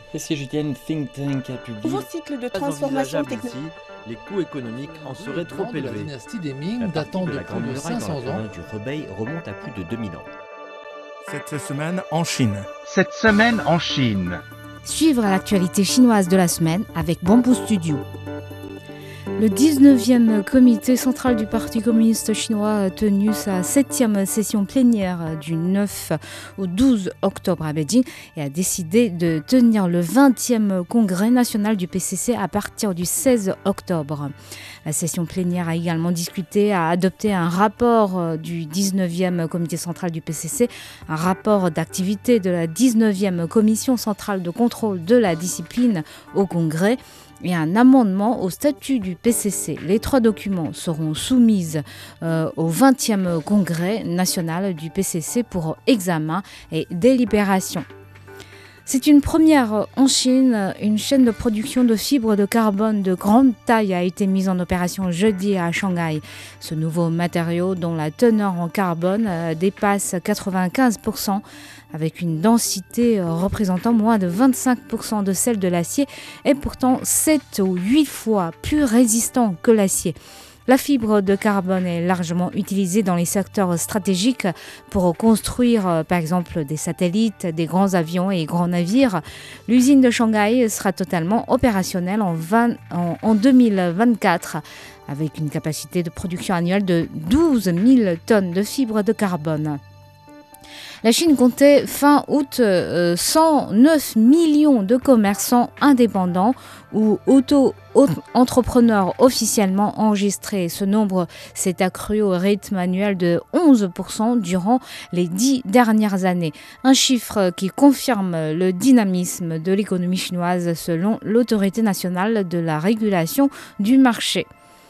Et si Julienne Think Tank a publié Nouveau cycle de transformation technologique. Les coûts économiques en seraient trop La élevés. dynastie des Ming datant de plus de 500 ans. Du Hebei remonte à plus de 2000 ans. Cette semaine en Chine. Cette semaine en Chine. Suivre l'actualité chinoise de la semaine avec Bamboo Studio. Le 19e comité central du Parti communiste chinois a tenu sa 7e session plénière du 9 au 12 octobre à Beijing et a décidé de tenir le 20e congrès national du PCC à partir du 16 octobre. La session plénière a également discuté, a adopté un rapport du 19e comité central du PCC, un rapport d'activité de la 19e commission centrale de contrôle de la discipline au congrès, et un amendement au statut du PCC. Les 3 documents seront soumis au 20e congrès national du PCC pour examen et délibération. C'est une première en Chine. Une chaîne de production de fibres de carbone de grande taille a été mise en opération jeudi à Shanghai. Ce nouveau matériau, dont la teneur en carbone dépasse 95%, avec une densité représentant moins de 25% de celle de l'acier, est pourtant 7 ou 8 fois plus résistant que l'acier. La fibre de carbone est largement utilisée dans les secteurs stratégiques pour construire, par exemple, des satellites, des grands avions et grands navires. L'usine de Shanghai sera totalement opérationnelle en 2024, avec une capacité de production annuelle de 12 000 tonnes de fibres de carbone. La Chine comptait fin août 109 millions de commerçants indépendants ou auto-entrepreneurs officiellement enregistrés. Ce nombre s'est accru au rythme annuel de 11% durant les 10 dernières années. Un chiffre qui confirme le dynamisme de l'économie chinoise selon l'autorité nationale de la régulation du marché.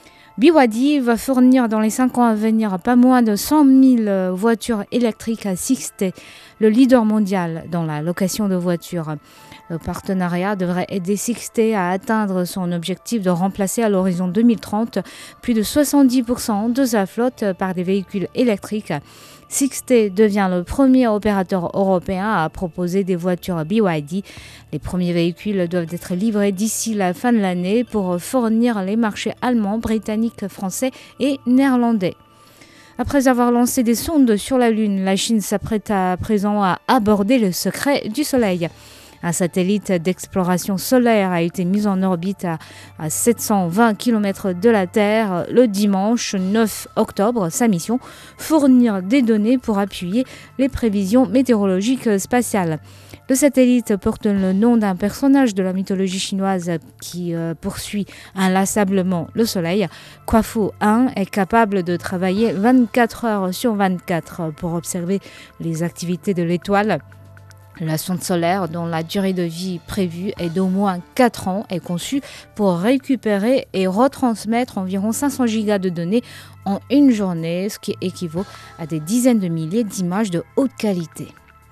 BYD va fournir dans les 5 ans à venir pas moins de 100 000 voitures électriques à Sixt, le leader mondial dans la location de voitures. Le partenariat devrait aider Sixt à atteindre son objectif de remplacer à l'horizon 2030 plus de 70% de sa flotte par des véhicules électriques. Sixt devient le premier opérateur européen à proposer des voitures BYD. Les premiers véhicules doivent être livrés d'ici la fin de l'année pour fournir les marchés allemands, britanniques, français et néerlandais. Après avoir lancé des sondes sur la Lune, la Chine s'apprête à présent à aborder le secret du Soleil. Un satellite d'exploration solaire a été mis en orbite à 720 km de la Terre le dimanche 9 octobre. Sa mission, fournir des données pour appuyer les prévisions météorologiques spatiales. Le satellite porte le nom d'un personnage de la mythologie chinoise qui poursuit inlassablement le Soleil. Quafu 1 est capable de travailler 24 heures sur 24 pour observer les activités de l'étoile. La sonde solaire, dont la durée de vie prévue est d'au moins 4 ans, est conçue pour récupérer et retransmettre environ 500 gigas de données en une journée, ce qui équivaut à des dizaines de milliers d'images de haute qualité.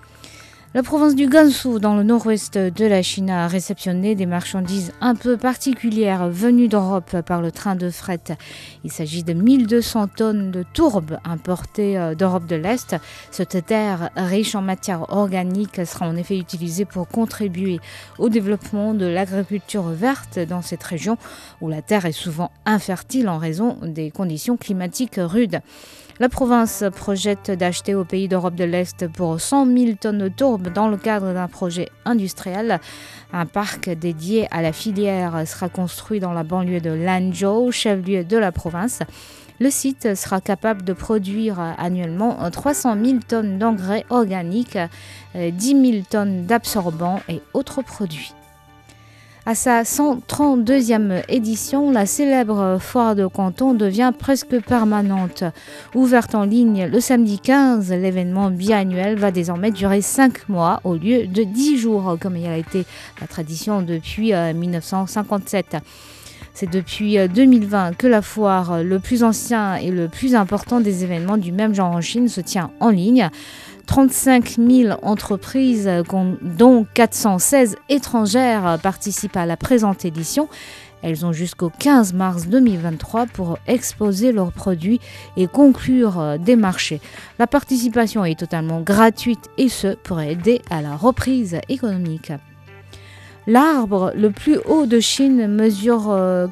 La province du Gansu, dans le nord-ouest de la Chine, a réceptionné des marchandises un peu particulières venues d'Europe par le train de fret. Il s'agit de 1200 tonnes de tourbe importées d'Europe de l'Est. Cette terre riche en matière organique sera en effet utilisée pour contribuer au développement de l'agriculture verte dans cette région où la terre est souvent infertile en raison des conditions climatiques rudes. La province projette d'acheter aux pays d'Europe de l'Est pour 100 000 tonnes de tourbe dans le cadre d'un projet industriel. Un parc dédié à la filière sera construit dans la banlieue de Lanzhou, chef-lieu de la province. Le site sera capable de produire annuellement 300 000 tonnes d'engrais organiques, 10 000 tonnes d'absorbants et autres produits. À sa 132e édition, la célèbre foire de Canton devient presque permanente. Ouverte en ligne le samedi 15, l'événement biannuel va désormais durer 5 mois au lieu de 10 jours, comme il a été la tradition depuis 1957. C'est depuis 2020 que la foire, le plus ancien et le plus important des événements du même genre en Chine, se tient en ligne. 35 000 entreprises, dont 416 étrangères, participent à la présente édition. Elles ont jusqu'au 15 mars 2023 pour exposer leurs produits et conclure des marchés. La participation est totalement gratuite et ce pour aider à la reprise économique. L'arbre le plus haut de Chine mesure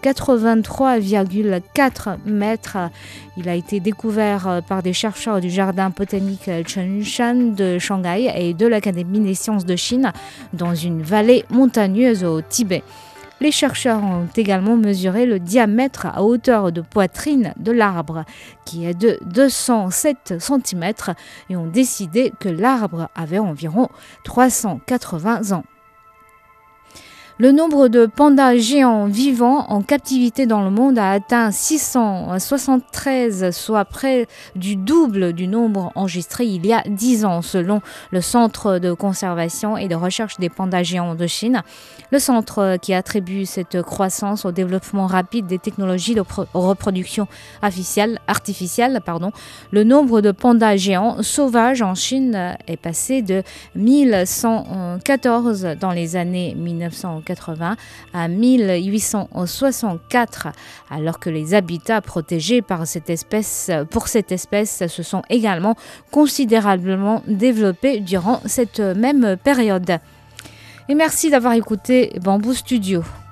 83,4 mètres. Il a été découvert par des chercheurs du jardin botanique Chengshan de Shanghai et de l'Académie des sciences de Chine dans une vallée montagneuse au Tibet. Les chercheurs ont également mesuré le diamètre à hauteur de poitrine de l'arbre, qui est de 207 cm, et ont décidé que l'arbre avait environ 380 ans. Le nombre de pandas géants vivants en captivité dans le monde a atteint 673, soit près du double du nombre enregistré il y a 10 ans, selon le Centre de conservation et de recherche des pandas géants de Chine. Le centre qui attribue cette croissance au développement rapide des technologies de reproduction artificielle. Le nombre de pandas géants sauvages en Chine est passé de 1114 dans les années 1980 à 1864, alors que les habitats protégés pour cette espèce se sont également considérablement développés durant cette même période. Et merci d'avoir écouté Bamboo Studio.